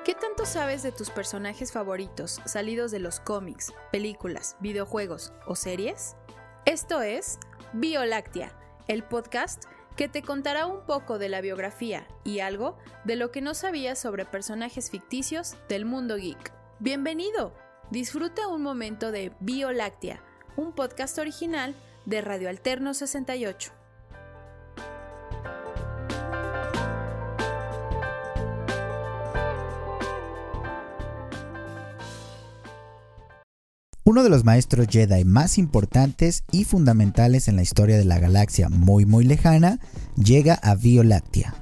¿Qué tanto sabes de tus personajes favoritos salidos de los cómics, películas, videojuegos o series? Esto es Bioláctea, el podcast que te contará un poco de la biografía y algo de lo que no sabías sobre personajes ficticios del mundo geek. ¡Bienvenido! Disfruta un momento de Bioláctea, un podcast original de Radio Alterno 68. Uno de los maestros Jedi más importantes y fundamentales en la historia de la galaxia muy lejana llega a Bioláctea.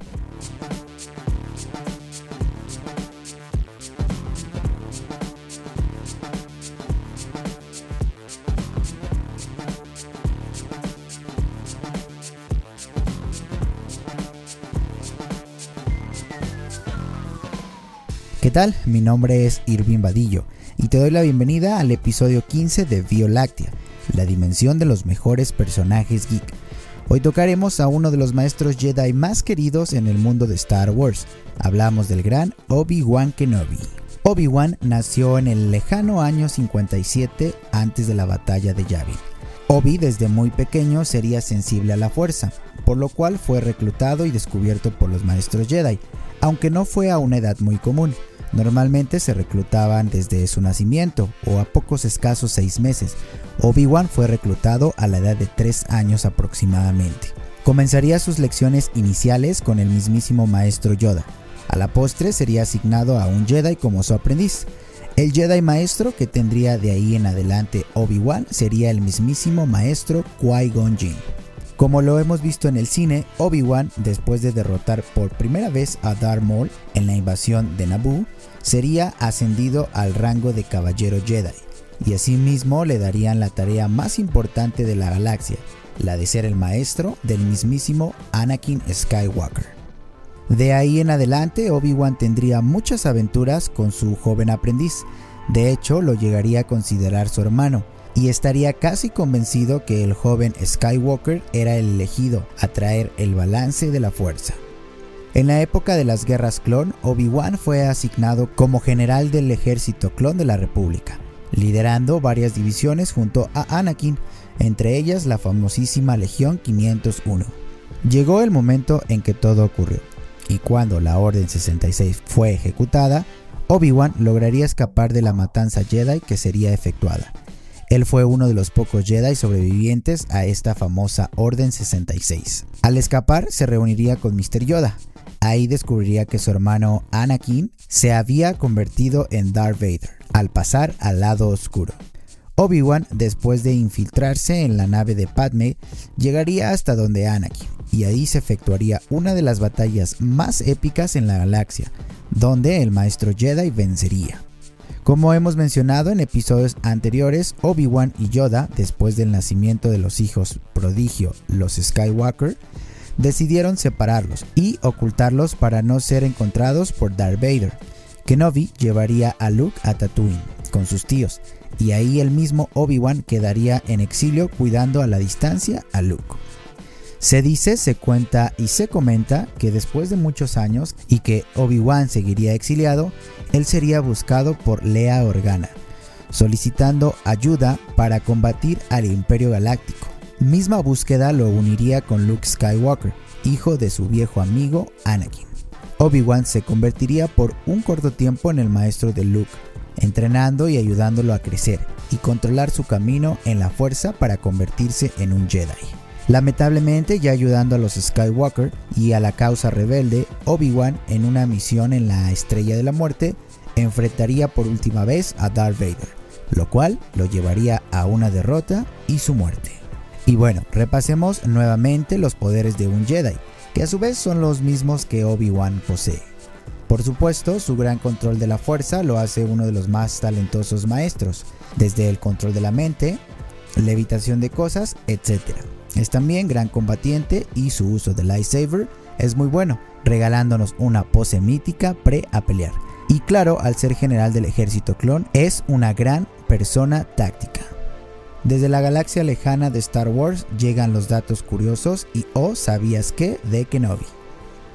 ¿Qué tal? Mi nombre es Irving Vadillo y te doy la bienvenida al episodio 15 de Bioláctea, la dimensión de los mejores personajes geek. Hoy tocaremos a uno de los maestros Jedi más queridos en el mundo de Star Wars. Hablamos del gran Obi-Wan Kenobi. Obi-Wan nació en el lejano año 57 antes de la batalla de Yavin. Obi desde muy pequeño sería sensible a la fuerza, por lo cual fue reclutado y descubierto por los maestros Jedi, aunque no fue a una edad muy común. Normalmente se reclutaban desde su nacimiento o a pocos escasos 6 meses. Obi-Wan fue reclutado a la edad de 3 años aproximadamente. Comenzaría sus lecciones iniciales con el mismísimo maestro Yoda. A la postre sería asignado a un Jedi como su aprendiz. El Jedi maestro que tendría de ahí en adelante Obi-Wan sería el mismísimo maestro Qui-Gon Jinn. Como lo hemos visto en el cine, Obi-Wan, después de derrotar por primera vez a Darth Maul en la invasión de Naboo, sería ascendido al rango de Caballero Jedi, y asimismo le darían la tarea más importante de la galaxia, la de ser el maestro del mismísimo Anakin Skywalker. De ahí en adelante, Obi-Wan tendría muchas aventuras con su joven aprendiz. De hecho, lo llegaría a considerar su hermano, y estaría casi convencido que el joven Skywalker era el elegido a traer el balance de la fuerza. En la época de las guerras clon, Obi-Wan fue asignado como general del ejército clon de la República, liderando varias divisiones junto a Anakin, entre ellas la famosísima Legión 501. Llegó el momento en que todo ocurrió, y cuando la Orden 66 fue ejecutada, Obi-Wan lograría escapar de la matanza Jedi que sería efectuada. Él fue uno de los pocos Jedi sobrevivientes a esta famosa Orden 66. Al escapar, se reuniría con Mr. Yoda. Ahí descubriría que su hermano Anakin se había convertido en Darth Vader, al pasar al lado oscuro. Obi-Wan, después de infiltrarse en la nave de Padme, llegaría hasta donde Anakin, y ahí se efectuaría una de las batallas más épicas en la galaxia, donde el maestro Jedi vencería. Como hemos mencionado en episodios anteriores, Obi-Wan y Yoda, después del nacimiento de los hijos prodigio, los Skywalker, decidieron separarlos y ocultarlos para no ser encontrados por Darth Vader. Kenobi llevaría a Luke a Tatooine con sus tíos, y ahí el mismo Obi-Wan quedaría en exilio cuidando a la distancia a Luke. Se dice, se cuenta y se comenta que después de muchos años y que Obi-Wan seguiría exiliado, él sería buscado por Leia Organa, solicitando ayuda para combatir al Imperio Galáctico. Misma búsqueda lo uniría con Luke Skywalker, hijo de su viejo amigo Anakin. Obi-Wan se convertiría por un corto tiempo en el maestro de Luke, entrenando y ayudándolo a crecer y controlar su camino en la fuerza para convertirse en un Jedi. Lamentablemente, ya ayudando a los Skywalker y a la causa rebelde, Obi-Wan, en una misión en la Estrella de la Muerte, enfrentaría por última vez a Darth Vader, lo cual lo llevaría a una derrota y su muerte. Y bueno, repasemos nuevamente los poderes de un Jedi, que a su vez son los mismos que Obi-Wan posee. Por supuesto, su gran control de la fuerza lo hace uno de los más talentosos maestros, desde el control de la mente, levitación de cosas, etc. Es también gran combatiente y su uso del lightsaber es muy bueno, regalándonos una pose mítica a pelear. Y claro, al ser general del ejército clon, es una gran persona táctica. Desde la galaxia lejana de Star Wars llegan los datos curiosos y ¿sabías qué? De Kenobi.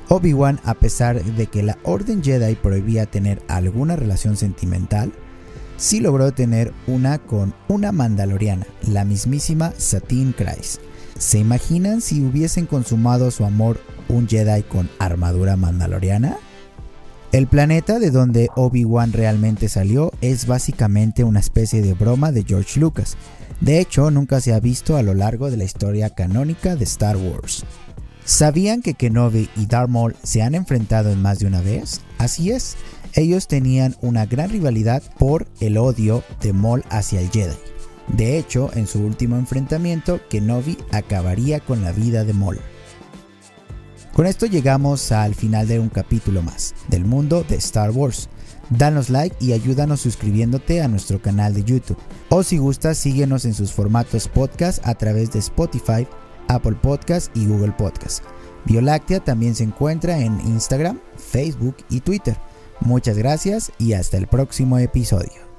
Obi-Wan, a pesar de que la Orden Jedi prohibía tener alguna relación sentimental, sí logró tener una con una mandaloriana, la mismísima Satine Kryze. ¿Se imaginan si hubiesen consumado su amor un Jedi con armadura mandaloriana? El planeta de donde Obi-Wan realmente salió es básicamente una especie de broma de George Lucas. De hecho, nunca se ha visto a lo largo de la historia canónica de Star Wars. ¿Sabían que Kenobi y Darth Maul se han enfrentado en más de una vez? Así es, ellos tenían una gran rivalidad por el odio de Maul hacia el Jedi. De hecho, en su último enfrentamiento, Kenobi acabaría con la vida de Maul. Con esto llegamos al final de un capítulo más del mundo de Star Wars. Danos like y ayúdanos suscribiéndote a nuestro canal de YouTube. O si gustas, síguenos en sus formatos podcast a través de Spotify, Apple Podcast y Google Podcast. Bioláctea también se encuentra en Instagram, Facebook y Twitter. Muchas gracias y hasta el próximo episodio.